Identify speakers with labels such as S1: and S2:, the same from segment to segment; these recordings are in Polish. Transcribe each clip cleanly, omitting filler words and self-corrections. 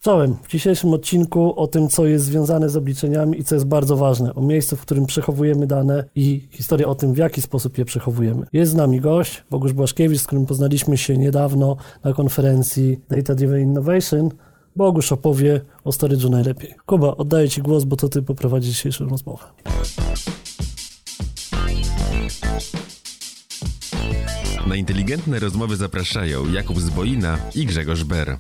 S1: Czołem. W dzisiejszym odcinku o tym, co jest związane z obliczeniami i co jest bardzo ważne, o miejscu, w którym przechowujemy dane i historię o tym, w jaki sposób je przechowujemy. Jest z nami gość, Bogusz Błaszkiewicz, z którym poznaliśmy się niedawno na konferencji Data Driven Innovation. Bogusz opowie o storage'u najlepiej. Kuba, oddaję Ci głos, bo to Ty poprowadzisz dzisiejszą rozmowę.
S2: Na inteligentne rozmowy zapraszają Jakub Zboina i Grzegorz Ber.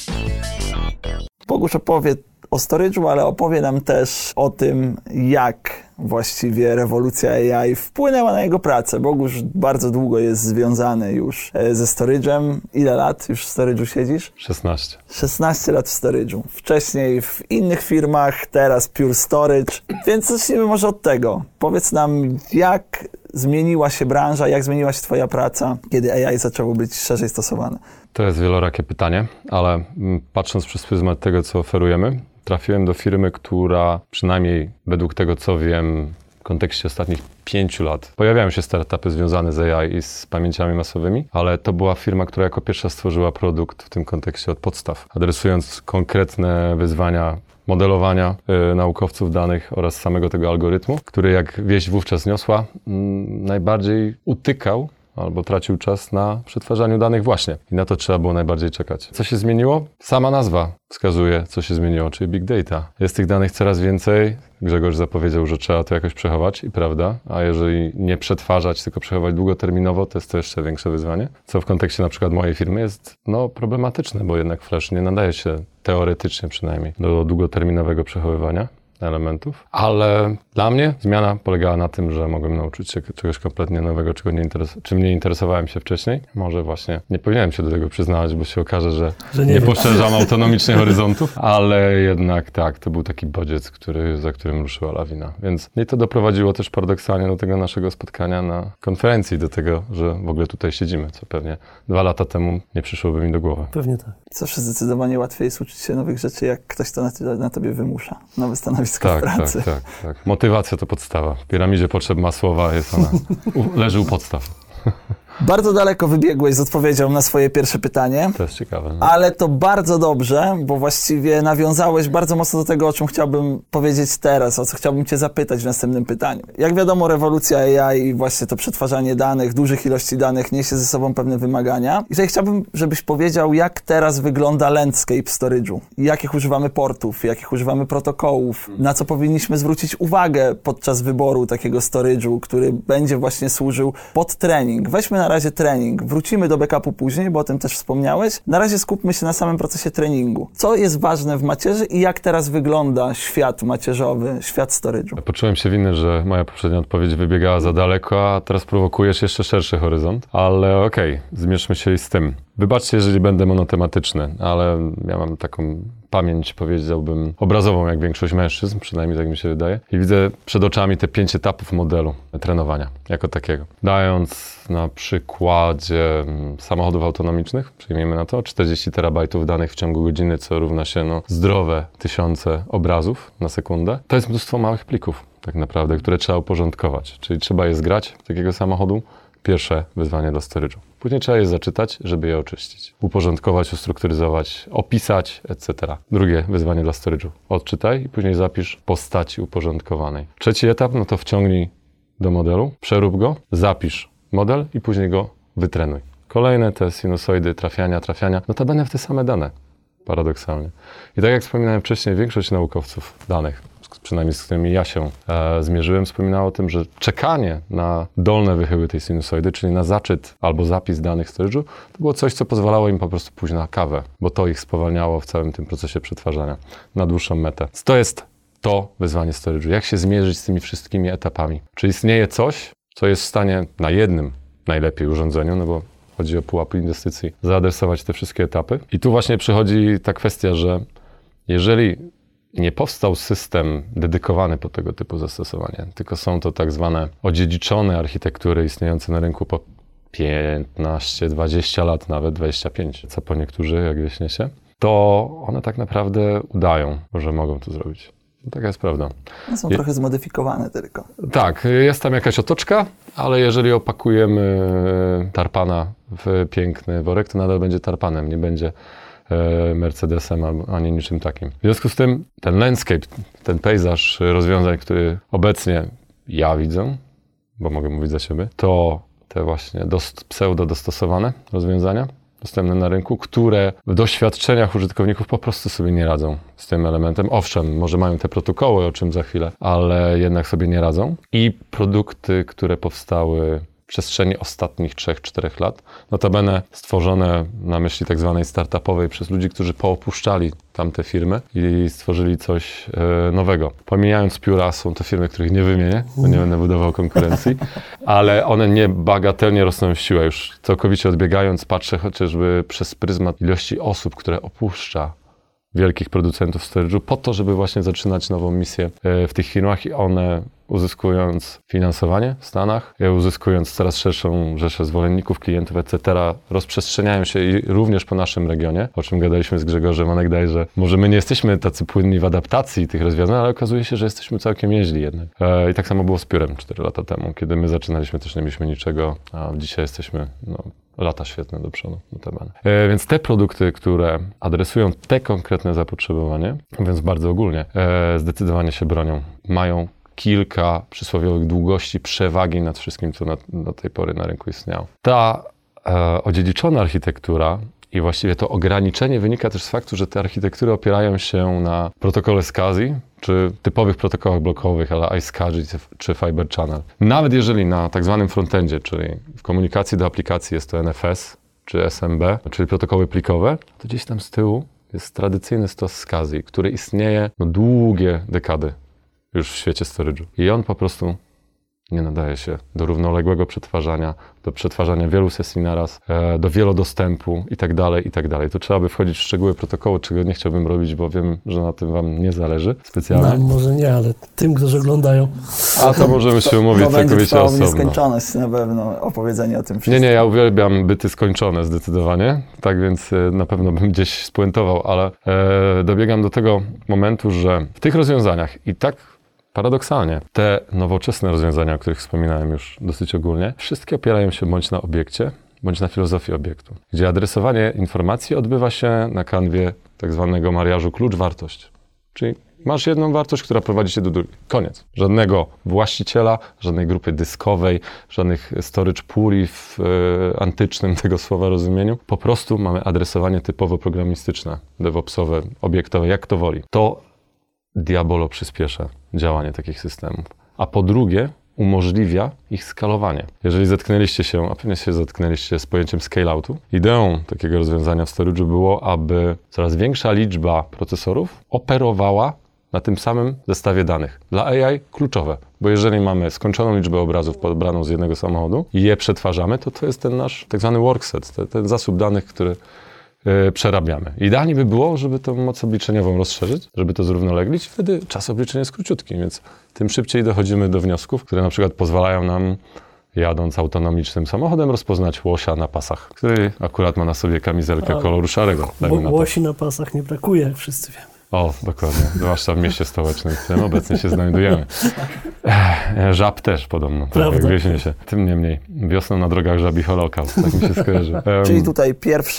S3: Bogusz opowie o storage'u, ale opowie nam też o tym, jak właściwie rewolucja AI wpłynęła na jego pracę. Bogusz bardzo długo jest związany już ze storage'em. Ile lat już w storage'u siedzisz?
S4: 16.
S3: 16 lat w storage'u. Wcześniej w innych firmach, teraz Pure Storage. Więc zacznijmy może od tego. Powiedz nam, jak zmieniła się branża, jak zmieniła się Twoja praca, kiedy AI zaczęło być szerzej stosowane?
S4: To jest wielorakie pytanie, ale patrząc przez pryzmat tego, co oferujemy, trafiłem do firmy, która przynajmniej według tego, co wiem, w kontekście ostatnich 5 lat pojawiają się startupy związane z AI i z pamięciami masowymi, ale to była firma, która jako pierwsza stworzyła produkt w tym kontekście od podstaw, adresując konkretne wyzwania modelowania naukowców danych oraz samego tego algorytmu, który jak wieść wówczas niosła, najbardziej utykał albo tracił czas na przetwarzaniu danych właśnie. I na to trzeba było najbardziej czekać. Co się zmieniło? Sama nazwa wskazuje, co się zmieniło, czyli Big Data. Jest tych danych coraz więcej. Grzegorz zapowiedział, że trzeba to jakoś przechować i prawda, a jeżeli nie przetwarzać, tylko przechować długoterminowo, to jest to jeszcze większe wyzwanie. Co w kontekście na przykład mojej firmy jest problematyczne, bo jednak Flash nie nadaje się teoretycznie przynajmniej do długoterminowego przechowywania elementów, ale dla mnie zmiana polegała na tym, że mogłem nauczyć się czegoś kompletnie nowego, czym nie interesowałem się wcześniej. Może właśnie nie powinienem się do tego przyznawać, bo się okaże, że nie poszerzam autonomicznie horyzontów, ale jednak tak, to był taki bodziec, za którym ruszyła lawina. Więc mnie to doprowadziło też paradoksalnie do tego naszego spotkania na konferencji, do tego, że w ogóle tutaj siedzimy, co pewnie 2 lata temu nie przyszłoby mi do głowy.
S1: Pewnie tak.
S3: Zawsze zdecydowanie łatwiej jest uczyć się nowych rzeczy, jak ktoś to na tobie wymusza. Nowe stanowisko w pracy.
S4: Tak. Motywacja to podstawa. W piramidzie potrzeb masłowa jest ona, leży u podstaw.
S3: Bardzo daleko wybiegłeś z odpowiedzią na swoje pierwsze pytanie.
S4: To jest ciekawe. No?
S3: Ale to bardzo dobrze, bo właściwie nawiązałeś bardzo mocno do tego, o czym chciałbym powiedzieć teraz, o co chciałbym Cię zapytać w następnym pytaniu. Jak wiadomo, rewolucja AI i właśnie to przetwarzanie danych, dużych ilości danych niesie ze sobą pewne wymagania. I tutaj chciałbym, żebyś powiedział, jak teraz wygląda landscape storage'u. Jakich używamy portów, jakich używamy protokołów, na co powinniśmy zwrócić uwagę podczas wyboru takiego storage'u, który będzie właśnie służył pod trening. Weźmy na razie trening. Wrócimy do backupu później, bo o tym też wspomniałeś. Na razie skupmy się na samym procesie treningu. Co jest ważne w macierzy i jak teraz wygląda świat macierzowy, świat storage'u?
S4: Poczułem się winny, że moja poprzednia odpowiedź wybiegała za daleko, a teraz prowokujesz jeszcze szerszy horyzont. Ale okej, zmierzmy się z tym. Wybaczcie, jeżeli będę monotematyczny, ale ja mam taką pamięć, powiedziałbym, obrazową jak większość mężczyzn, przynajmniej tak mi się wydaje. I widzę przed oczami te 5 etapów modelu trenowania jako takiego. Dając na przykładzie samochodów autonomicznych, przyjmijmy na to, 40 terabajtów danych w ciągu godziny, co równa się zdrowe 1000 obrazów na sekundę. To jest mnóstwo małych plików tak naprawdę, które trzeba uporządkować. Czyli trzeba je zgrać takiego samochodu. Pierwsze wyzwanie dla storage'u. Później trzeba je zaczytać, żeby je oczyścić. Uporządkować, ustrukturyzować, opisać, etc. Drugie wyzwanie dla storage'u. Odczytaj i później zapisz w postaci uporządkowanej. Trzeci etap, to wciągnij do modelu, przerób go, zapisz model i później go wytrenuj. Kolejne te sinusoidy, trafiania, notabene w te same dane, paradoksalnie. I tak jak wspominałem wcześniej, większość naukowców danych, przynajmniej z którymi ja się zmierzyłem, wspominało o tym, że czekanie na dolne wychyły tej sinusoidy, czyli na zaczyt albo zapis danych storage'u, to było coś, co pozwalało im po prostu pójść na kawę, bo to ich spowalniało w całym tym procesie przetwarzania na dłuższą metę. To jest to wyzwanie storage'u. Jak się zmierzyć z tymi wszystkimi etapami? Czy istnieje coś, co jest w stanie na jednym najlepiej urządzeniu, bo chodzi o pułap inwestycji, zaadresować te wszystkie etapy? I tu właśnie przychodzi ta kwestia, że jeżeli nie powstał system dedykowany pod tego typu zastosowanie, tylko są to tak zwane odziedziczone architektury istniejące na rynku po 15, 20 lat, nawet 25, co po niektórzy, jak wyśnie się, to one tak naprawdę udają, że mogą to zrobić. Taka jest prawda.
S3: Są trochę zmodyfikowane tylko.
S4: Tak, jest tam jakaś otoczka, ale jeżeli opakujemy tarpana w piękny worek, to nadal będzie tarpanem, nie będzie Mercedesem, ani niczym takim. W związku z tym ten landscape, ten pejzaż rozwiązań, który obecnie ja widzę, bo mogę mówić za siebie, to te właśnie pseudo dostosowane rozwiązania dostępne na rynku, które w doświadczeniach użytkowników po prostu sobie nie radzą z tym elementem. Owszem, może mają te protokoły, o czym za chwilę, ale jednak sobie nie radzą. I produkty, które powstały w przestrzeni ostatnich 3-4 lat, notabene stworzone na myśli tak zwanej startupowej przez ludzi, którzy poopuszczali tamte firmy i stworzyli coś nowego. Pomijając pióra, są to firmy, których nie wymienię, bo nie będę budował konkurencji, ale one niebagatelnie rosną w siłę. Już całkowicie odbiegając, patrzę chociażby przez pryzmat ilości osób, które opuszcza wielkich producentów storage'u po to, żeby właśnie zaczynać nową misję w tych firmach i one uzyskując finansowanie w Stanach, uzyskując coraz szerszą rzeszę zwolenników, klientów, etc., rozprzestrzeniają się i również po naszym regionie, o czym gadaliśmy z Grzegorzem Onegdaj, że może my nie jesteśmy tacy płynni w adaptacji tych rozwiązań, ale okazuje się, że jesteśmy całkiem nieźli jednak. I tak samo było z piórem 4 lata temu, kiedy my zaczynaliśmy, też nie mieliśmy niczego, a dzisiaj jesteśmy lata świetne do przodu. Więc te produkty, które adresują te konkretne zapotrzebowanie, mówiąc bardzo ogólnie, zdecydowanie się bronią. Mają kilka przysłowiowych długości przewagi nad wszystkim, co do tej pory na rynku istniało. Ta odziedziczona architektura i właściwie to ograniczenie wynika też z faktu, że te architektury opierają się na protokole SCSI, czy typowych protokołach blokowych, ale iSCSI czy Fiber Channel. Nawet jeżeli na tak zwanym frontendzie, czyli w komunikacji do aplikacji jest to NFS czy SMB, czyli protokoły plikowe, to gdzieś tam z tyłu jest tradycyjny stos SCSI, który istnieje długie dekady już w świecie storage'u. I on po prostu nie nadaje się do równoległego przetwarzania, do przetwarzania wielu sesji naraz, do wielodostępu i tak dalej, i tak dalej. Tu trzeba by wchodzić w szczegóły protokołu, czego nie chciałbym robić, bo wiem, że na tym wam nie zależy specjalnie.
S1: No, może nie, ale tym, którzy oglądają.
S4: A to możemy się umówić całkowicie osobno.
S3: To nieskończoność na pewno, opowiedzenie o tym wszystkim.
S4: Nie, ja uwielbiam byty skończone zdecydowanie, tak więc na pewno bym gdzieś spuentował, ale dobiegam do tego momentu, że w tych rozwiązaniach i tak paradoksalnie, te nowoczesne rozwiązania, o których wspominałem już dosyć ogólnie, wszystkie opierają się bądź na obiekcie, bądź na filozofii obiektu, gdzie adresowanie informacji odbywa się na kanwie tak zwanego mariażu klucz-wartość. Czyli masz jedną wartość, która prowadzi cię do drugiej. Koniec. Żadnego właściciela, żadnej grupy dyskowej, żadnych storage pooli w antycznym tego słowa rozumieniu. Po prostu mamy adresowanie typowo programistyczne, DevOpsowe, obiektowe, jak to woli. To diabolo przyspiesza działanie takich systemów. A po drugie, umożliwia ich skalowanie. Jeżeli zetknęliście się, a pewnie się zetknęliście z pojęciem scale-outu, ideą takiego rozwiązania w storage'u było, aby coraz większa liczba procesorów operowała na tym samym zestawie danych. Dla AI kluczowe, bo jeżeli mamy skończoną liczbę obrazów pobraną z jednego samochodu i je przetwarzamy, to jest ten nasz tak zwany workset, ten zasób danych, który przerabiamy. Idealnie by było, żeby tą moc obliczeniową rozszerzyć, żeby to zrównoleglić, wtedy czas obliczenia jest króciutki, więc tym szybciej dochodzimy do wniosków, które na przykład pozwalają nam, jadąc autonomicznym samochodem, rozpoznać łosia na pasach, który akurat ma na sobie kamizelkę koloru szarego.
S1: Łosi na pasach nie brakuje, wszyscy wiemy.
S4: O, dokładnie. Zwłaszcza w mieście stołecznym, w którym obecnie się znajdujemy. Żab też podobno, tak jak wieśnie się. Tym niemniej, wiosną na drogach żabi holokaust, tak mi się skojarzy.
S3: Czyli tutaj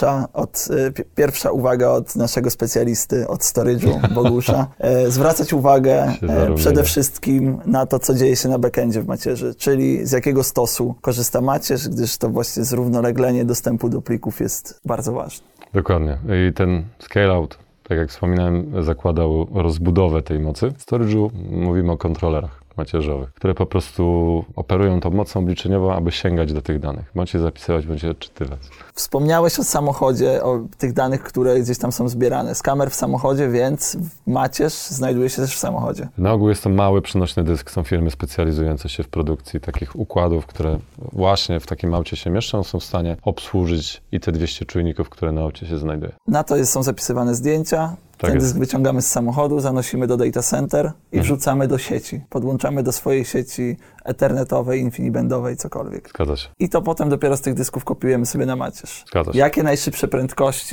S3: pierwsza uwaga od naszego specjalisty, od storage'u, Bogusza. Zwracać uwagę przede wszystkim na to, co dzieje się na backendzie w macierzy, czyli z jakiego stosu korzysta macierz, gdyż to właśnie zrównoleglenie dostępu do plików jest bardzo ważne.
S4: Dokładnie. I ten scale-out, tak jak wspominałem, zakładał rozbudowę tej mocy. W storage'u mówimy o kontrolerach macierzowych, które po prostu operują tą mocą obliczeniową, aby sięgać do tych danych. Bądź je zapisywać, bądź je odczytywać. Wspomniałeś
S3: o samochodzie, o tych danych, które gdzieś tam są zbierane. Z kamer w samochodzie, więc macierz znajduje się też w samochodzie.
S4: Na ogół jest to mały, przenośny dysk. Są firmy specjalizujące się w produkcji takich układów, które właśnie w takim aucie się mieszczą, są w stanie obsłużyć i te 200 czujników, które na aucie się znajduje.
S3: Na to są zapisywane zdjęcia.
S4: Tak
S3: ten dysk wyciągamy z samochodu, zanosimy do data center i wrzucamy do sieci. Podłączamy do swojej sieci ethernetowej, infinibandowej, cokolwiek.
S4: Zgadza się.
S3: I to potem dopiero z tych dysków kopiujemy sobie na macierz.
S4: Zgadza się.
S3: Jakie najszybsze prędkości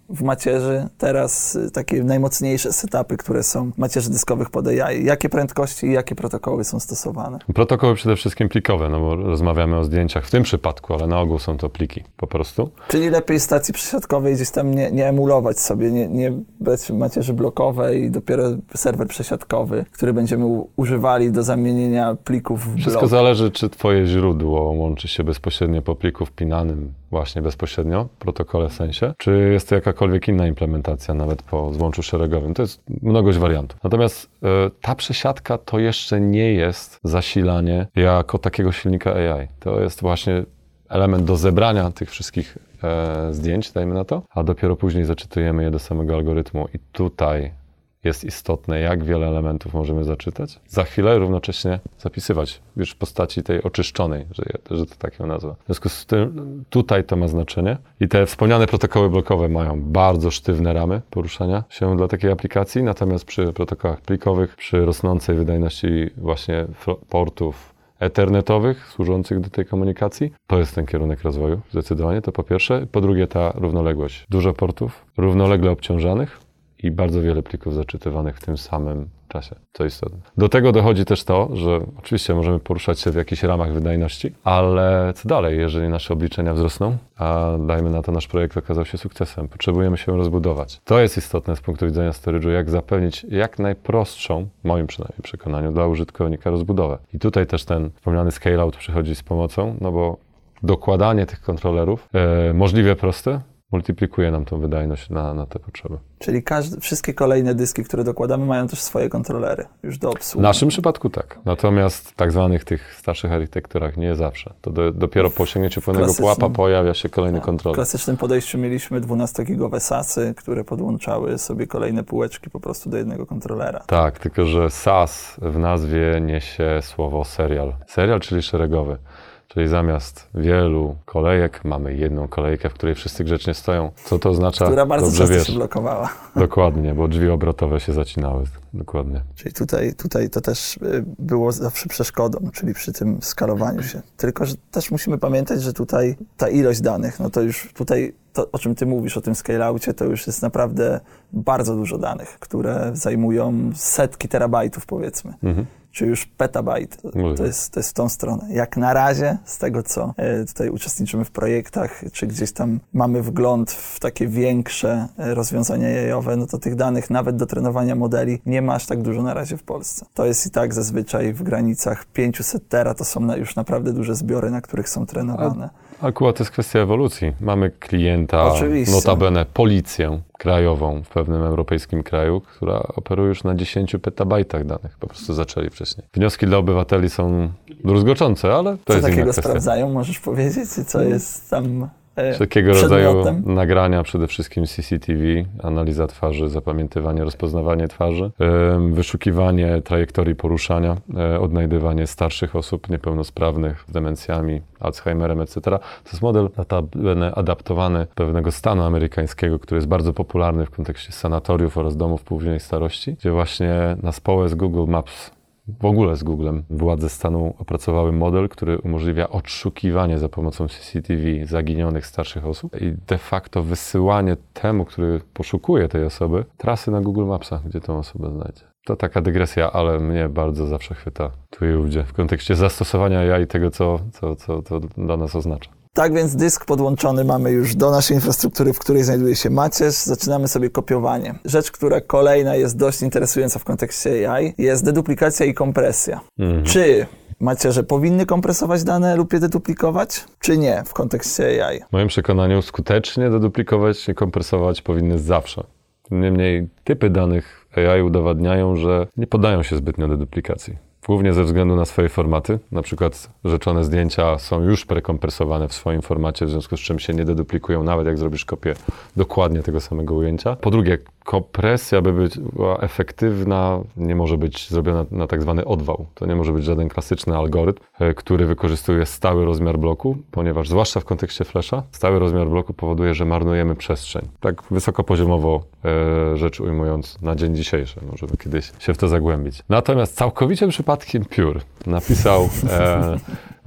S3: w macierzy teraz takie najmocniejsze setupy, które są w macierzy dyskowych pod AI? Jakie prędkości i jakie protokoły są stosowane?
S4: Protokoły przede wszystkim plikowe, no bo rozmawiamy o zdjęciach w tym przypadku, ale na ogół są to pliki po prostu.
S3: Czyli lepiej stacji przesiadkowej gdzieś tam nie emulować sobie, nie brać macierzy blokowej i dopiero serwer przesiadkowy, który będziemy używali do zamienienia plików w blok.
S4: Wszystko zależy, czy twoje źródło łączy się bezpośrednio po pliku wpinanym właśnie bezpośrednio, w protokole w sensie, czy jest to jakakolwiek inna implementacja, nawet po złączu szeregowym. To jest mnogość wariantów. Natomiast ta przesiadka to jeszcze nie jest zasilanie jako takiego silnika AI. To jest właśnie element do zebrania tych wszystkich zdjęć, dajmy na to, a dopiero później zaczytujemy je do samego algorytmu i tutaj jest istotne, jak wiele elementów możemy zaczytać, za chwilę równocześnie zapisywać już w postaci tej oczyszczonej, że to tak ją nazwę. W związku z tym tutaj to ma znaczenie i te wspomniane protokoły blokowe mają bardzo sztywne ramy poruszania się dla takiej aplikacji, natomiast przy protokołach plikowych, przy rosnącej wydajności właśnie portów ethernetowych służących do tej komunikacji, to jest ten kierunek rozwoju, zdecydowanie, to po pierwsze. Po drugie ta równoległość. Dużo portów, równolegle obciążanych, i bardzo wiele plików zaczytywanych w tym samym czasie, co istotne. Do tego dochodzi też to, że oczywiście możemy poruszać się w jakichś ramach wydajności, ale co dalej, jeżeli nasze obliczenia wzrosną, a dajmy na to nasz projekt okazał się sukcesem, potrzebujemy się rozbudować. To jest istotne z punktu widzenia storage'u, jak zapewnić jak najprostszą, w moim przynajmniej przekonaniu, dla użytkownika rozbudowę. I tutaj też ten wspomniany scale-out przychodzi z pomocą, no bo dokładanie tych kontrolerów możliwie proste, multiplikuje nam tą wydajność na te potrzeby.
S3: Czyli wszystkie kolejne dyski, które dokładamy, mają też swoje kontrolery już do obsługi.
S4: W naszym przypadku tak. Natomiast w tak zwanych tych starszych architekturach nie zawsze. To dopiero po osiągnięciu pewnego pułapa pojawia się kolejny kontroler.
S3: W klasycznym podejściu mieliśmy 12-gigowe SASy, które podłączały sobie kolejne półeczki po prostu do jednego kontrolera.
S4: Tak, tylko że SAS w nazwie niesie słowo serial. Serial, czyli szeregowy. Czyli zamiast wielu kolejek mamy jedną kolejkę, w której wszyscy grzecznie stoją. Co to oznacza?
S3: Która bardzo
S4: dobrze
S3: często
S4: wiesz.
S3: się blokowała.
S4: Dokładnie, bo drzwi obrotowe się zacinały. Dokładnie.
S3: Czyli tutaj to też było zawsze przeszkodą, czyli przy tym skalowaniu się. Tylko, że też musimy pamiętać, że tutaj ta ilość danych, no to już tutaj to, o czym ty mówisz, o tym scale-aucie, to już jest naprawdę bardzo dużo danych, które zajmują setki terabajtów, powiedzmy. Czy już petabajt. To jest w tą stronę. Jak na razie, z tego co tutaj uczestniczymy w projektach, czy gdzieś tam mamy wgląd w takie większe rozwiązania AI-owe, no to tych danych nawet do trenowania modeli nie ma aż tak dużo na razie w Polsce. To jest i tak zazwyczaj w granicach 500 tera, to są już naprawdę duże zbiory, na których są trenowane.
S4: Akurat to jest kwestia ewolucji. Mamy klienta,
S3: Oczywiście.
S4: Notabene policję krajową w pewnym europejskim kraju, która operuje już na 10 petabajtach danych. Po prostu zaczęli wcześniej. Wnioski dla obywateli są druzgoczące, ale to
S3: co
S4: jest inna
S3: takiego
S4: kwestia.
S3: sprawdzają, możesz powiedzieć? Co jest tam
S4: Wszelkiego rodzaju
S3: przedmiotem?
S4: nagrania, przede wszystkim CCTV, analiza twarzy, zapamiętywanie, rozpoznawanie twarzy, wyszukiwanie trajektorii poruszania, odnajdywanie starszych osób niepełnosprawnych z demencjami, Alzheimerem, etc. To jest model adaptowany do pewnego stanu amerykańskiego, który jest bardzo popularny w kontekście sanatoriów oraz domów późnej starości, gdzie właśnie na spółce z Google Maps, w ogóle z Googlem, władze stanu opracowały model, który umożliwia odszukiwanie za pomocą CCTV zaginionych starszych osób i de facto wysyłanie temu, który poszukuje tej osoby, trasy na Google Mapsach, gdzie tą osobę znajdzie. To taka dygresja, ale mnie bardzo zawsze chwyta tu i ówdzie w kontekście zastosowania AI i tego, co to dla nas oznacza.
S3: Tak więc dysk podłączony mamy już do naszej infrastruktury, w której znajduje się macierz. Zaczynamy sobie kopiowanie. Rzecz, która kolejna jest dość interesująca w kontekście AI, jest deduplikacja i kompresja. Czy macierze powinny kompresować dane lub je deduplikować, czy nie w kontekście AI?
S4: W moim przekonaniu skutecznie deduplikować i kompresować powinny zawsze. Niemniej typy danych AI udowadniają, że nie poddają się zbytnio deduplikacji. Głównie ze względu na swoje formaty. Na przykład rzeczone zdjęcia są już prekompresowane w swoim formacie, w związku z czym się nie deduplikują, nawet jak zrobisz kopię dokładnie tego samego ujęcia. Po drugie, kompresja, by była efektywna, nie może być zrobiona na tak zwany odwał. To nie może być żaden klasyczny algorytm, który wykorzystuje stały rozmiar bloku, ponieważ zwłaszcza w kontekście Flasha, stały rozmiar bloku powoduje, że marnujemy przestrzeń. Tak wysokopoziomowo rzecz ujmując na dzień dzisiejszy. Możemy kiedyś się w to zagłębić. Natomiast całkowicie przypadkiem Pure napisał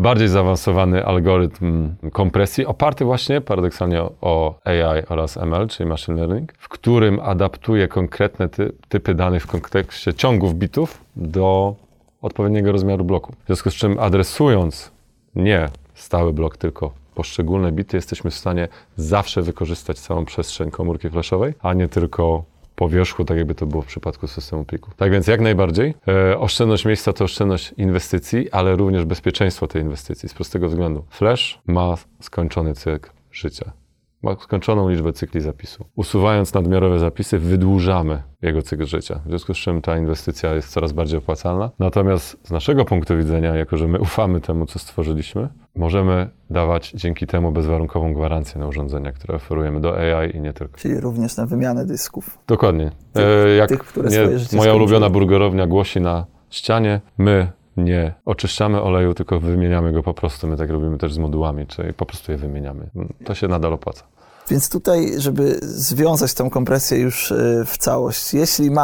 S4: bardziej zaawansowany algorytm kompresji, oparty właśnie paradoksalnie o AI oraz ML, czyli Machine Learning, w którym adaptuje konkretne typy danych w kontekście ciągów bitów do odpowiedniego rozmiaru bloku. W związku z czym adresując nie stały blok, tylko poszczególne bity, jesteśmy w stanie zawsze wykorzystać całą przestrzeń komórki flashowej, a nie tylko po wierzchu, tak jakby to było w przypadku systemu plików. Tak więc jak najbardziej oszczędność miejsca to oszczędność inwestycji, ale również bezpieczeństwo tej inwestycji z prostego względu. Flash ma skończony cykl życia. Ma skończoną liczbę cykli zapisu. Usuwając nadmiarowe zapisy, wydłużamy jego cykl życia. W związku z czym ta inwestycja jest coraz bardziej opłacalna. Natomiast z naszego punktu widzenia, jako że my ufamy temu, co stworzyliśmy, możemy dawać dzięki temu bezwarunkową gwarancję na urządzenia, które oferujemy do AI i nie tylko.
S3: Czyli również na wymianę dysków.
S4: Dokładnie.
S3: Które swoje życie
S4: moja ulubiona
S3: skończyły.
S4: burgerownia głosi na ścianie, my nie oczyszczamy oleju, tylko wymieniamy go po prostu. My tak robimy też z modułami, czyli po prostu je wymieniamy. To się nadal opłaca.
S3: Więc tutaj, żeby związać tę kompresję już w całość,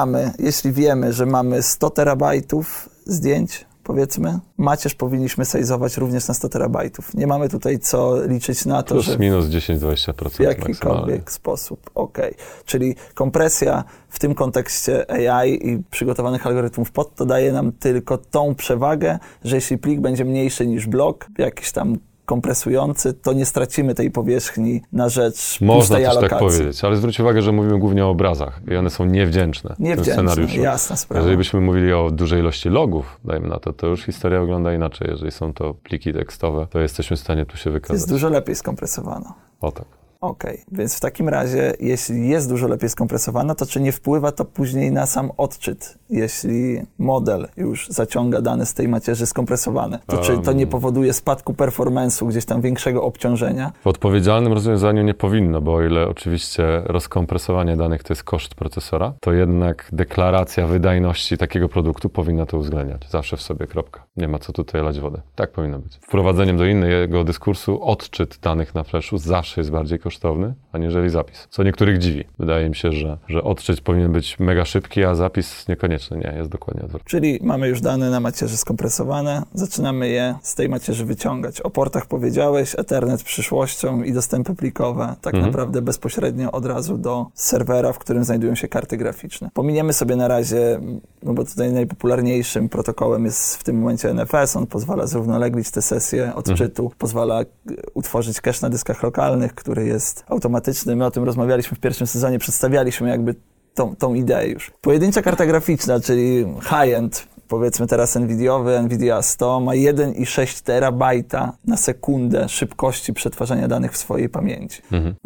S3: jeśli wiemy, że mamy 100 terabajtów zdjęć, powiedzmy, macierz powinniśmy sizować również na 100 terabajtów. Nie mamy tutaj co liczyć na to, że
S4: minus 10-20%
S3: w jakikolwiek sposób. Okej. Czyli kompresja w tym kontekście AI i przygotowanych algorytmów pod to daje nam tylko tą przewagę, że jeśli plik będzie mniejszy niż blok, jakiś tam kompresujący, to nie stracimy tej powierzchni na rzecz
S4: Można
S3: pustej
S4: też
S3: alokacji.
S4: tak powiedzieć, ale zwróć uwagę, że mówimy głównie o obrazach i one są niewdzięczne w tym scenariuszu.
S3: Jasna sprawa.
S4: Jeżeli byśmy mówili o dużej ilości logów, dajmy na to już historia wygląda inaczej. Jeżeli są to pliki tekstowe, to jesteśmy w stanie tu się wykazać.
S3: Jest dużo lepiej skompresowana.
S4: O tak.
S3: Okej, więc w takim razie, jeśli jest dużo lepiej skompresowana, to czy nie wpływa to później na sam odczyt? Jeśli model już zaciąga dane z tej macierzy skompresowane, to czy to nie powoduje spadku performance'u, gdzieś tam większego obciążenia?
S4: W odpowiedzialnym rozwiązaniu nie powinno, bo o ile oczywiście rozkompresowanie danych to jest koszt procesora, to jednak deklaracja wydajności takiego produktu powinna to uwzględniać. Zawsze w sobie, kropka. Nie ma co tutaj lać wodę. Tak powinno być. Wprowadzeniem do innego dyskursu odczyt danych na flashu zawsze jest bardziej kosztowny, aniżeli zapis. Co niektórych dziwi. Wydaje mi się, że odczyt powinien być mega szybki, a zapis niekoniecznie. Nie, jest dokładnie odwrotnie.
S3: Czyli mamy już dane na macierzy skompresowane, zaczynamy je z tej macierzy wyciągać. O portach powiedziałeś, Ethernet przyszłością i dostępy plikowe, tak naprawdę bezpośrednio od razu do serwera, w którym znajdują się karty graficzne. Pominiemy sobie na razie, no bo tutaj najpopularniejszym protokołem jest w tym momencie NFS, on pozwala zrównoleglić te sesje odczytu, pozwala utworzyć cache na dyskach lokalnych, który jest automatyczny. My o tym rozmawialiśmy w pierwszym sezonie, przedstawialiśmy jakby tą ideę już. Pojedyncza karta graficzna, czyli high-end, powiedzmy teraz NVIDIA 100, ma 1,6 terabajta na sekundę szybkości przetwarzania danych w swojej pamięci.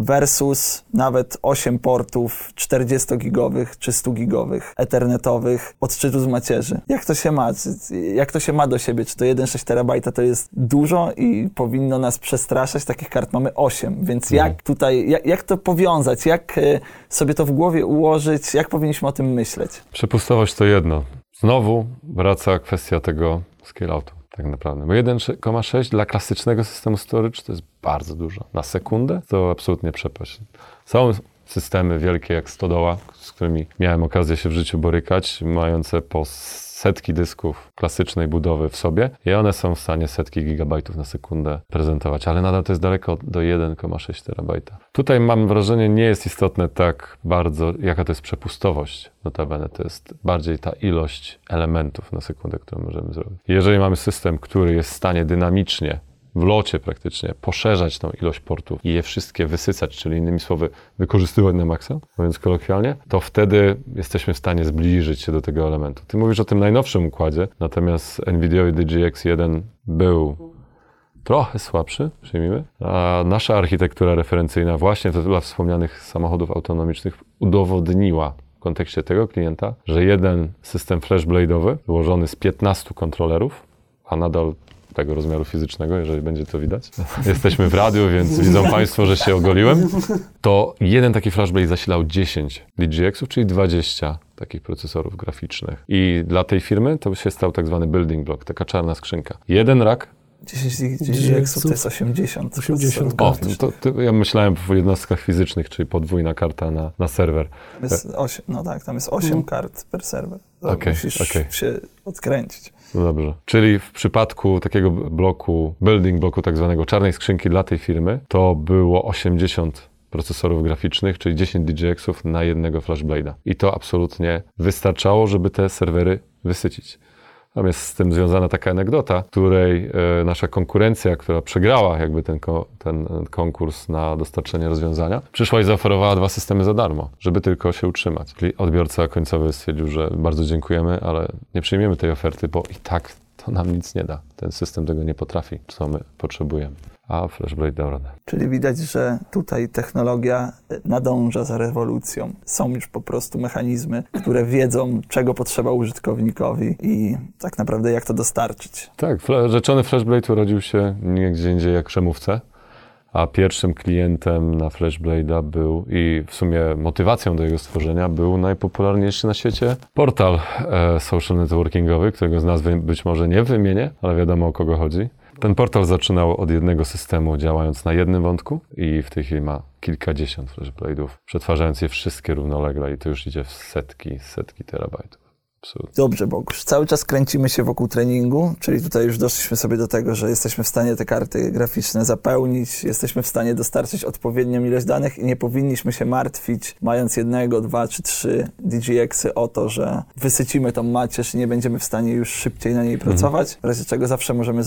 S3: Versus nawet 8 portów 40-gigowych czy 100-gigowych, ethernetowych odczytu z macierzy. Jak to się ma? Jak to się ma do siebie? Czy to 1,6 terabajta to jest dużo i powinno nas przestraszać? Takich kart mamy 8, więc jak tutaj, jak to powiązać? Jak sobie to w głowie ułożyć? Jak powinniśmy o tym myśleć?
S4: Przepustowość to jedno. Znowu wraca kwestia tego scale-outu, tak naprawdę. Bo 1,6 dla klasycznego systemu storage to jest bardzo dużo. Na sekundę to absolutnie przepaść. Są systemy wielkie jak Stodoła, z którymi miałem okazję się w życiu borykać, mające po setki dysków klasycznej budowy w sobie i one są w stanie setki gigabajtów na sekundę prezentować, ale nadal to jest daleko do 1,6 terabajta. Tutaj mam wrażenie, nie jest istotne tak bardzo, jaka to jest przepustowość. Notabene to jest bardziej ta ilość elementów na sekundę, którą możemy zrobić. Jeżeli mamy system, który jest w stanie dynamicznie w locie praktycznie poszerzać tą ilość portów i je wszystkie wysycać, czyli innymi słowy wykorzystywać na maksa, mówiąc kolokwialnie, to wtedy jesteśmy w stanie zbliżyć się do tego elementu. Ty mówisz o tym najnowszym układzie, natomiast NVIDIA DGX 1 był trochę słabszy, przyjmijmy, a nasza architektura referencyjna właśnie dla wspomnianych samochodów autonomicznych udowodniła w kontekście tego klienta, że jeden system flashblade'owy złożony z 15 kontrolerów, a nadal tego rozmiaru fizycznego, jeżeli będzie to widać. Jesteśmy w radiu, więc widzą Państwo, że się ogoliłem. To jeden taki flashblade zasilał 10 DGX-ów, czyli 20 takich procesorów graficznych. I dla tej firmy to się stał tak zwany building block, taka czarna skrzynka. Jeden rack
S3: 10 DGX-ów to jest 80.
S1: 80
S4: O,
S1: kart.
S4: to ja myślałem w jednostkach fizycznych, czyli podwójna karta na serwer.
S3: Tam jest 8, no tak, tam jest 8 kart per serwer. To musisz się odkręcić.
S4: No dobrze. Czyli w przypadku takiego building bloku tak zwanego czarnej skrzynki dla tej firmy, to było 80 procesorów graficznych, czyli 10 DGX-ów na jednego FlashBlade'a. I to absolutnie wystarczało, żeby te serwery wysycić. Tam jest z tym związana taka anegdota, której nasza konkurencja, która przegrała jakby ten konkurs na dostarczenie rozwiązania, przyszła i zaoferowała 2 systemy za darmo, żeby tylko się utrzymać. Czyli odbiorca końcowy stwierdził, że bardzo dziękujemy, ale nie przyjmiemy tej oferty, bo i tak to nam nic nie da. Ten system tego nie potrafi, co my potrzebujemy. A FlashBlade dał radę.
S3: Czyli widać, że tutaj technologia nadąża za rewolucją. Są już po prostu mechanizmy, które wiedzą, czego potrzeba użytkownikowi i tak naprawdę jak to dostarczyć.
S4: Tak, rzeczony FlashBlade urodził się nie gdzie indziej jak Krzemówce, a pierwszym klientem na FlashBlade'a był i w sumie motywacją do jego stworzenia był najpopularniejszy na świecie portal social networkingowy, którego z nazwy być może nie wymienię, ale wiadomo o kogo chodzi. Ten portal zaczynał od jednego systemu, działając na jednym wątku i w tej chwili ma kilkadziesiąt FlashBlade'ów, przetwarzając je wszystkie równolegle i to już idzie w setki terabajtów. Absolutnie.
S3: Dobrze, Bogusz. Cały czas kręcimy się wokół treningu, czyli tutaj już doszliśmy sobie do tego, że jesteśmy w stanie te karty graficzne zapełnić, jesteśmy w stanie dostarczyć odpowiednią ilość danych i nie powinniśmy się martwić, mając 1, 2 czy 3 DGX-y o to, że wysycimy tą macierz i nie będziemy w stanie już szybciej na niej pracować, w razie czego zawsze możemy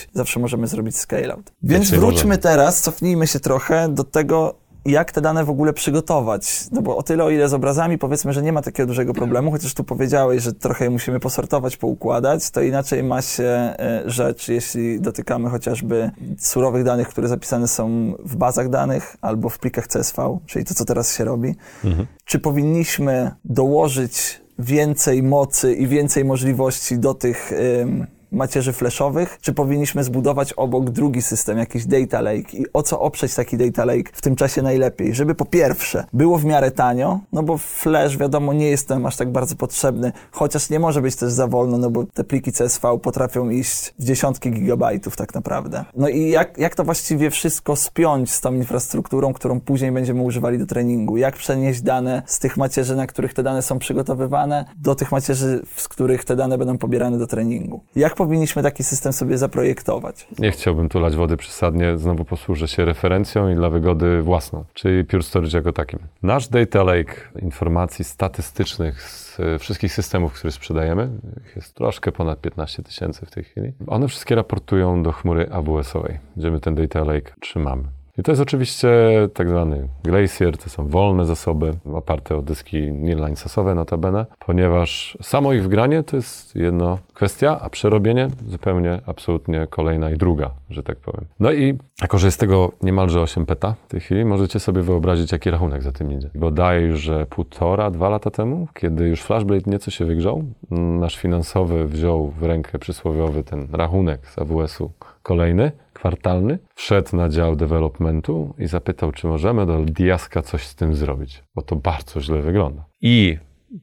S3: zrobić scale-out. Więc wróćmy teraz, cofnijmy się trochę do tego, jak te dane w ogóle przygotować. No bo o tyle, o ile z obrazami powiedzmy, że nie ma takiego dużego problemu, chociaż tu powiedziałeś, że trochę je musimy posortować, poukładać, to inaczej ma się rzecz, jeśli dotykamy chociażby surowych danych, które zapisane są w bazach danych albo w plikach CSV, czyli to, co teraz się robi. Czy powinniśmy dołożyć więcej mocy i więcej możliwości do tych macierzy flashowych, czy powinniśmy zbudować obok drugi system, jakiś data lake i o co oprzeć taki data lake w tym czasie najlepiej, żeby po pierwsze było w miarę tanio, no bo flash wiadomo nie jest tam aż tak bardzo potrzebny, chociaż nie może być też za wolno, no bo te pliki CSV potrafią iść w dziesiątki gigabajtów tak naprawdę. No i jak to właściwie wszystko spiąć z tą infrastrukturą, którą później będziemy używali do treningu? Jak przenieść dane z tych macierzy, na których te dane są przygotowywane, do tych macierzy, z których te dane będą pobierane do treningu? Jak powinniśmy taki system sobie zaprojektować?
S4: Nie chciałbym tu lać wody przesadnie, znowu posłużę się referencją i dla wygody własną, czyli Pure Storage jako takim. Nasz data lake informacji statystycznych z wszystkich systemów, które sprzedajemy, jest troszkę ponad 15 000 w tej chwili. One wszystkie raportują do chmury AWS-owej, gdzie my ten data lake trzymamy. I to jest oczywiście tak zwany Glacier, to są wolne zasoby, oparte o dyski nearline-sasowe notabene, ponieważ samo ich wgranie to jest jedna kwestia, a przerobienie zupełnie, absolutnie kolejna i druga, że tak powiem. No i jako, że jest tego niemalże 8 peta w tej chwili, możecie sobie wyobrazić, jaki rachunek za tym idzie. Bodajże 1,5-2 lata temu, kiedy już FlashBlade nieco się wygrzał, nasz finansowy wziął w rękę przysłowiowy ten rachunek z AWS-u kolejny, kwartalny, wszedł na dział developmentu i zapytał, czy możemy do Diaska coś z tym zrobić, bo to bardzo źle wygląda. I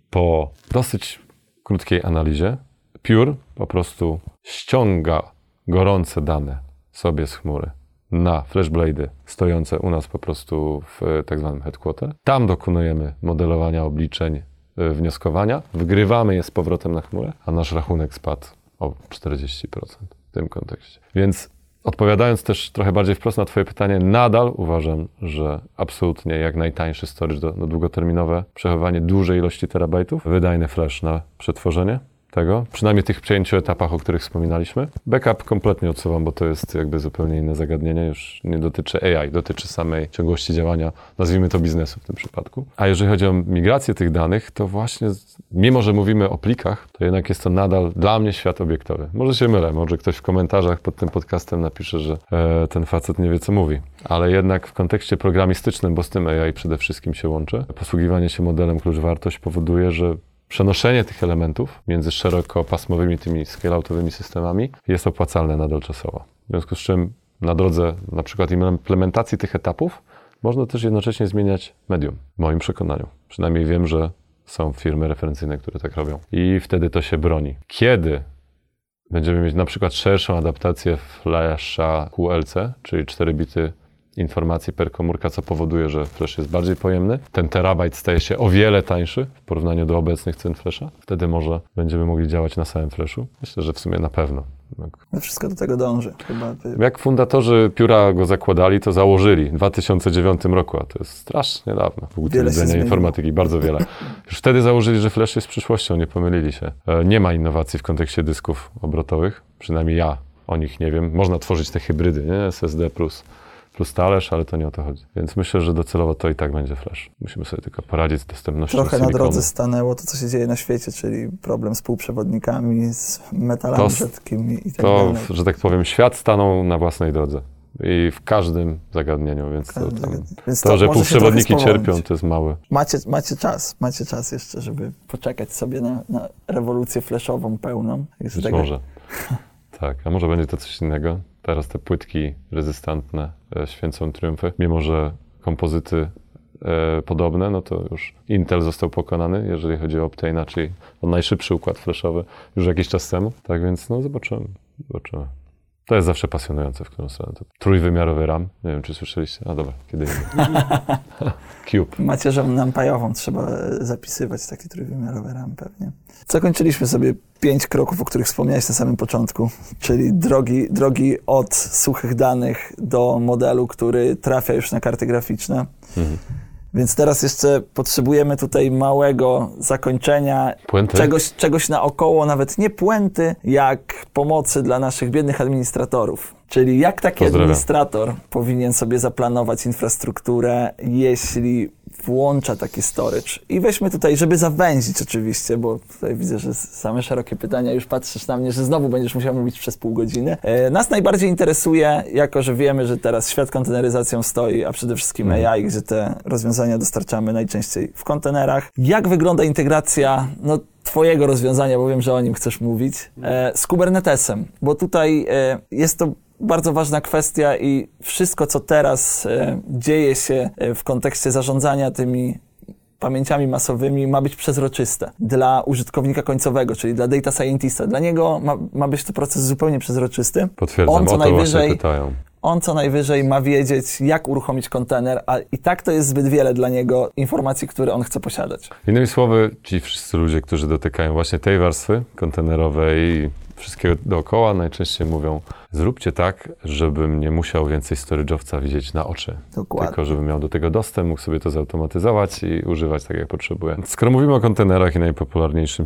S4: po dosyć krótkiej analizie Pure po prostu ściąga gorące dane sobie z chmury na FlashBlade'y stojące u nas po prostu w tak zwanym headquarter. Tam dokonujemy modelowania obliczeń, wnioskowania, wgrywamy je z powrotem na chmurę, a nasz rachunek spadł o 40% w tym kontekście. Więc odpowiadając też trochę bardziej wprost na twoje pytanie, nadal uważam, że absolutnie jak najtańszy storage na długoterminowe przechowywanie dużej ilości terabajtów, wydajny flash na przetworzenie tego, przynajmniej tych 5 etapach, o których wspominaliśmy. Backup kompletnie odsuwam, bo to jest jakby zupełnie inne zagadnienie, już nie dotyczy AI, dotyczy samej ciągłości działania, nazwijmy to biznesu w tym przypadku. A jeżeli chodzi o migrację tych danych, to właśnie, mimo że mówimy o plikach, to jednak jest to nadal dla mnie świat obiektowy. Może się mylę, może ktoś w komentarzach pod tym podcastem napisze, że ten facet nie wie, co mówi. Ale jednak w kontekście programistycznym, bo z tym AI przede wszystkim się łączy, posługiwanie się modelem klucz-wartość powoduje, że przenoszenie tych elementów między szerokopasmowymi tymi scale-outowymi systemami jest opłacalne nadal czasowo. W związku z czym na drodze na przykład implementacji tych etapów można też jednocześnie zmieniać medium, w moim przekonaniu. Przynajmniej wiem, że są firmy referencyjne, które tak robią. I wtedy to się broni. Kiedy będziemy mieć na przykład szerszą adaptację Flasha QLC, czyli 4 bity informacji per komórka, co powoduje, że flash jest bardziej pojemny. Ten terabajt staje się o wiele tańszy w porównaniu do obecnych cen flasha. Wtedy może będziemy mogli działać na samym flashu. Myślę, że w sumie na pewno.
S3: No wszystko do tego dąży. Chyba.
S4: Jak fundatorzy Pure'a go zakładali, to założyli w 2009 roku, a to jest strasznie dawno. Punktu widzenia informatyki, bardzo wiele. Już wtedy założyli, że flash jest przyszłością, nie pomylili się. Nie ma innowacji w kontekście dysków obrotowych, przynajmniej ja o nich nie wiem. Można tworzyć te hybrydy, nie? SSD plus talerz, ale to nie o to chodzi. Więc myślę, że docelowo to i tak będzie flash. Musimy sobie tylko poradzić z dostępnością
S3: Trochę
S4: silikonu.
S3: na drodze stanęło to, co się dzieje na świecie, czyli problem z półprzewodnikami, z metalami rzadkimi i tak dalej.
S4: Że tak powiem, świat stanął na własnej drodze. I w każdym zagadnieniu, więc to że półprzewodniki cierpią, to jest mały.
S3: Macie czas jeszcze, żeby poczekać sobie na rewolucję flashową pełną.
S4: Być może. Tak, a może będzie to coś innego. Teraz te płytki rezystantne święcą triumfy. Mimo że kompozyty podobne, no to już Intel został pokonany, jeżeli chodzi o Optane'a, czyli o najszybszy układ flashowy już jakiś czas temu. Tak więc no zobaczymy. To jest zawsze pasjonujące, w którą stronę. To trójwymiarowy RAM. Nie wiem, czy słyszeliście. A dobra, kiedy indziej. Cube.
S3: Macierzą nampajową trzeba zapisywać taki trójwymiarowy RAM pewnie. Zakończyliśmy sobie 5 kroków, o których wspomniałeś na samym początku, czyli drogi od suchych danych do modelu, który trafia już na karty graficzne. Więc teraz jeszcze potrzebujemy tutaj małego zakończenia, czegoś naokoło, nawet nie puenty, jak pomocy dla naszych biednych administratorów. Czyli jak taki administrator powinien sobie zaplanować infrastrukturę, jeśli włącza taki storage. I weźmy tutaj, żeby zawęzić oczywiście, bo tutaj widzę, że same szerokie pytania, już patrzysz na mnie, że znowu będziesz musiał mówić przez pół godziny. Nas najbardziej interesuje, jako że wiemy, że teraz świat konteneryzacją stoi, a przede wszystkim AI, gdzie te rozwiązania dostarczamy najczęściej w kontenerach. Jak wygląda integracja, twojego rozwiązania, bo wiem, że o nim chcesz mówić, z Kubernetesem? Bo tutaj jest to bardzo ważna kwestia i wszystko, co teraz dzieje się w kontekście zarządzania tymi pamięciami masowymi, ma być przezroczyste dla użytkownika końcowego, czyli dla data scientista. Dla niego ma być to proces zupełnie przezroczysty.
S4: Potwierdzam, o to właśnie pytają.
S3: On co najwyżej ma wiedzieć, jak uruchomić kontener, a i tak to jest zbyt wiele dla niego informacji, które on chce posiadać.
S4: Innymi słowy, ci wszyscy ludzie, którzy dotykają właśnie tej warstwy kontenerowej i wszystkiego dookoła, najczęściej mówią: zróbcie tak, żebym nie musiał więcej storage'owca widzieć na oczy.
S3: Dokładnie.
S4: Tylko żebym miał do tego dostęp, mógł sobie to zautomatyzować i używać tak, jak potrzebuję. Skoro mówimy o kontenerach i najpopularniejszym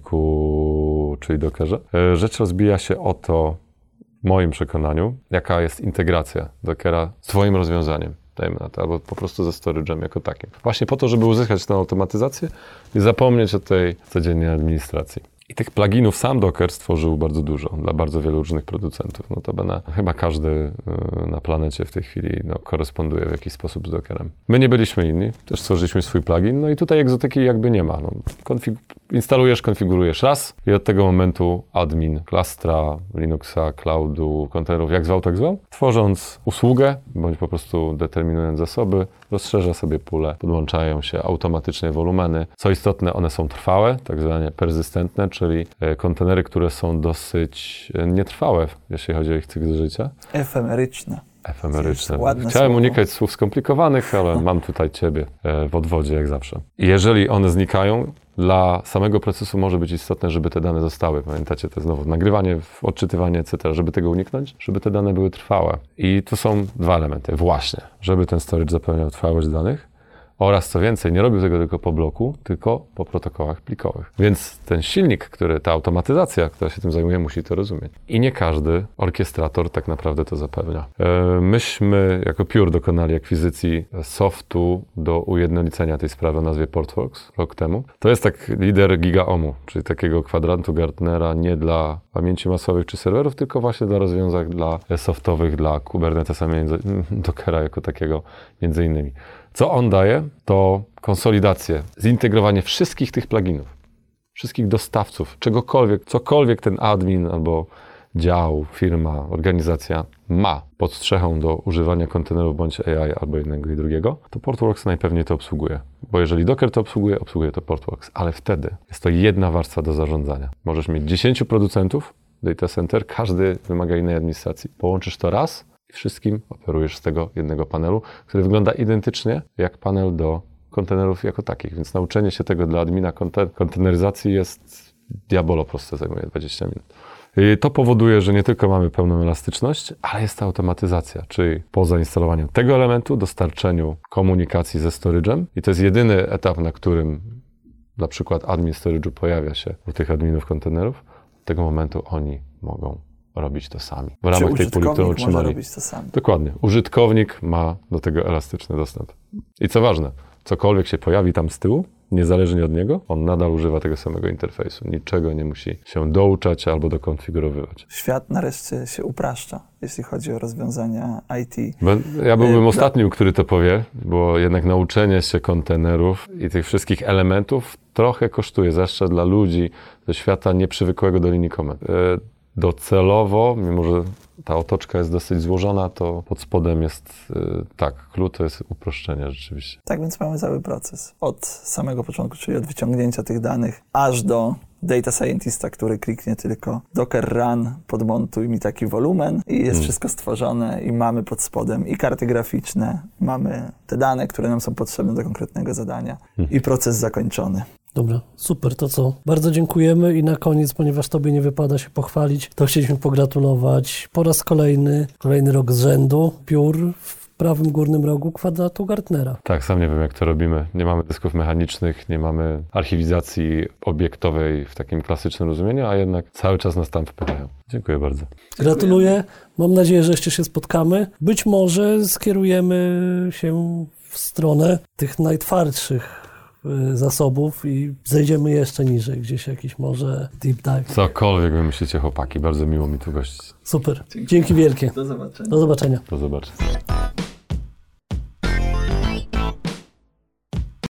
S4: silniku, czyli Dockerze, rzecz rozbija się o to, w moim przekonaniu, jaka jest integracja Dockera z twoim rozwiązaniem, dajmy na to, albo po prostu ze storage'em jako takim. Właśnie po to, żeby uzyskać tę automatyzację i zapomnieć o tej codziennej administracji. I tych pluginów sam Docker stworzył bardzo dużo dla bardzo wielu różnych producentów. Notabene chyba każdy na planecie w tej chwili koresponduje w jakiś sposób z Dockerem. My nie byliśmy inni, też stworzyliśmy swój plugin, i tutaj egzotyki jakby nie ma. Instalujesz, konfigurujesz raz i od tego momentu admin klastra, Linuxa, cloudu, kontenerów, jak zwał, tak zwał, tworząc usługę, bądź po prostu determinując zasoby, rozszerza sobie pulę, podłączają się automatycznie wolumeny. Co istotne, one są trwałe, tak zwane persystentne, czyli kontenery, które są dosyć nietrwałe, jeśli chodzi o ich cykl życia.
S3: Efemeryczne.
S4: Chciałem unikać słów skomplikowanych, ale mam tutaj ciebie w odwodzie, jak zawsze. I jeżeli one znikają, dla samego procesu może być istotne, żeby te dane zostały. Pamiętacie, to znowu nagrywanie, odczytywanie, etc., żeby tego uniknąć, żeby te dane były trwałe. I tu są dwa elementy. Właśnie, żeby ten storage zapewniał trwałość danych oraz, co więcej, nie robił tego tylko po bloku, tylko po protokołach plikowych. Więc ten silnik, ta automatyzacja, która się tym zajmuje, musi to rozumieć. I nie każdy orkiestrator tak naprawdę to zapewnia. Myśmy jako Pure dokonali akwizycji softu do ujednolicenia tej sprawy o nazwie Portworx rok temu. To jest tak lider GigaOMu, czyli takiego kwadrantu Gartnera nie dla pamięci masowych czy serwerów, tylko właśnie dla rozwiązań softowych, dla Kubernetesa, Dockera jako takiego między innymi. Co on daje, to konsolidację, zintegrowanie wszystkich tych pluginów, wszystkich dostawców, czegokolwiek, cokolwiek ten admin albo dział, firma, organizacja ma pod strzechą do używania kontenerów bądź AI albo jednego i drugiego, to Portworx najpewniej to obsługuje. Bo jeżeli Docker to obsługuje to Portworx, ale wtedy jest to jedna warstwa do zarządzania. Możesz mieć 10 producentów data center, każdy wymaga innej administracji. Połączysz to raz i wszystkim operujesz z tego jednego panelu, który wygląda identycznie jak panel do kontenerów jako takich, więc nauczenie się tego dla admina konteneryzacji jest diabolo proste, zajmuje 20 minut. I to powoduje, że nie tylko mamy pełną elastyczność, ale jest ta automatyzacja, czyli po zainstalowaniu tego elementu, dostarczeniu komunikacji ze storage'em i to jest jedyny etap, na którym na przykład admin storage'u pojawia się u tych adminów kontenerów, od tego momentu oni mogą robić to sami. W ramach tej puli, którą
S3: może
S4: otrzymali.
S3: robić to sam.
S4: Dokładnie. Użytkownik ma do tego elastyczny dostęp. I co ważne, cokolwiek się pojawi tam z tyłu, niezależnie od niego, on nadal używa tego samego interfejsu. Niczego nie musi się douczać albo dokonfigurowywać.
S3: Świat nareszcie się upraszcza, jeśli chodzi o rozwiązania IT.
S4: Ja byłbym ostatnim, który to powie, bo jednak nauczenie się kontenerów i tych wszystkich elementów trochę kosztuje, zwłaszcza dla ludzi ze świata nieprzywykłego do linii komend. Docelowo, mimo że ta otoczka jest dosyć złożona, to pod spodem jest clue to jest uproszczenie rzeczywiście.
S3: Tak więc mamy cały proces. Od samego początku, czyli od wyciągnięcia tych danych, aż do data scientista, który kliknie tylko docker run, podmontuj mi taki wolumen i jest wszystko stworzone i mamy pod spodem i karty graficzne, mamy te dane, które nam są potrzebne do konkretnego zadania i proces zakończony.
S1: Dobra, super, to co? Bardzo dziękujemy i na koniec, ponieważ tobie nie wypada się pochwalić, to chcieliśmy pogratulować po raz kolejny rok z rzędu, piór w prawym górnym rogu kwadratu Gartnera.
S4: Tak, sam nie wiem jak to robimy. Nie mamy dysków mechanicznych, nie mamy archiwizacji obiektowej w takim klasycznym rozumieniu, a jednak cały czas nas tam wpychają. Dziękuję bardzo.
S1: Gratuluję, mam nadzieję, że jeszcze się spotkamy. Być może skierujemy się w stronę tych najtwardszych zasobów i zejdziemy jeszcze niżej, gdzieś jakiś może deep dive.
S4: Cokolwiek wymyślicie, chłopaki, bardzo miło mi tu gościć.
S1: Super, dzięki wielkie.
S3: Do zobaczenia.
S1: Do zobaczenia.
S4: Do zobaczenia.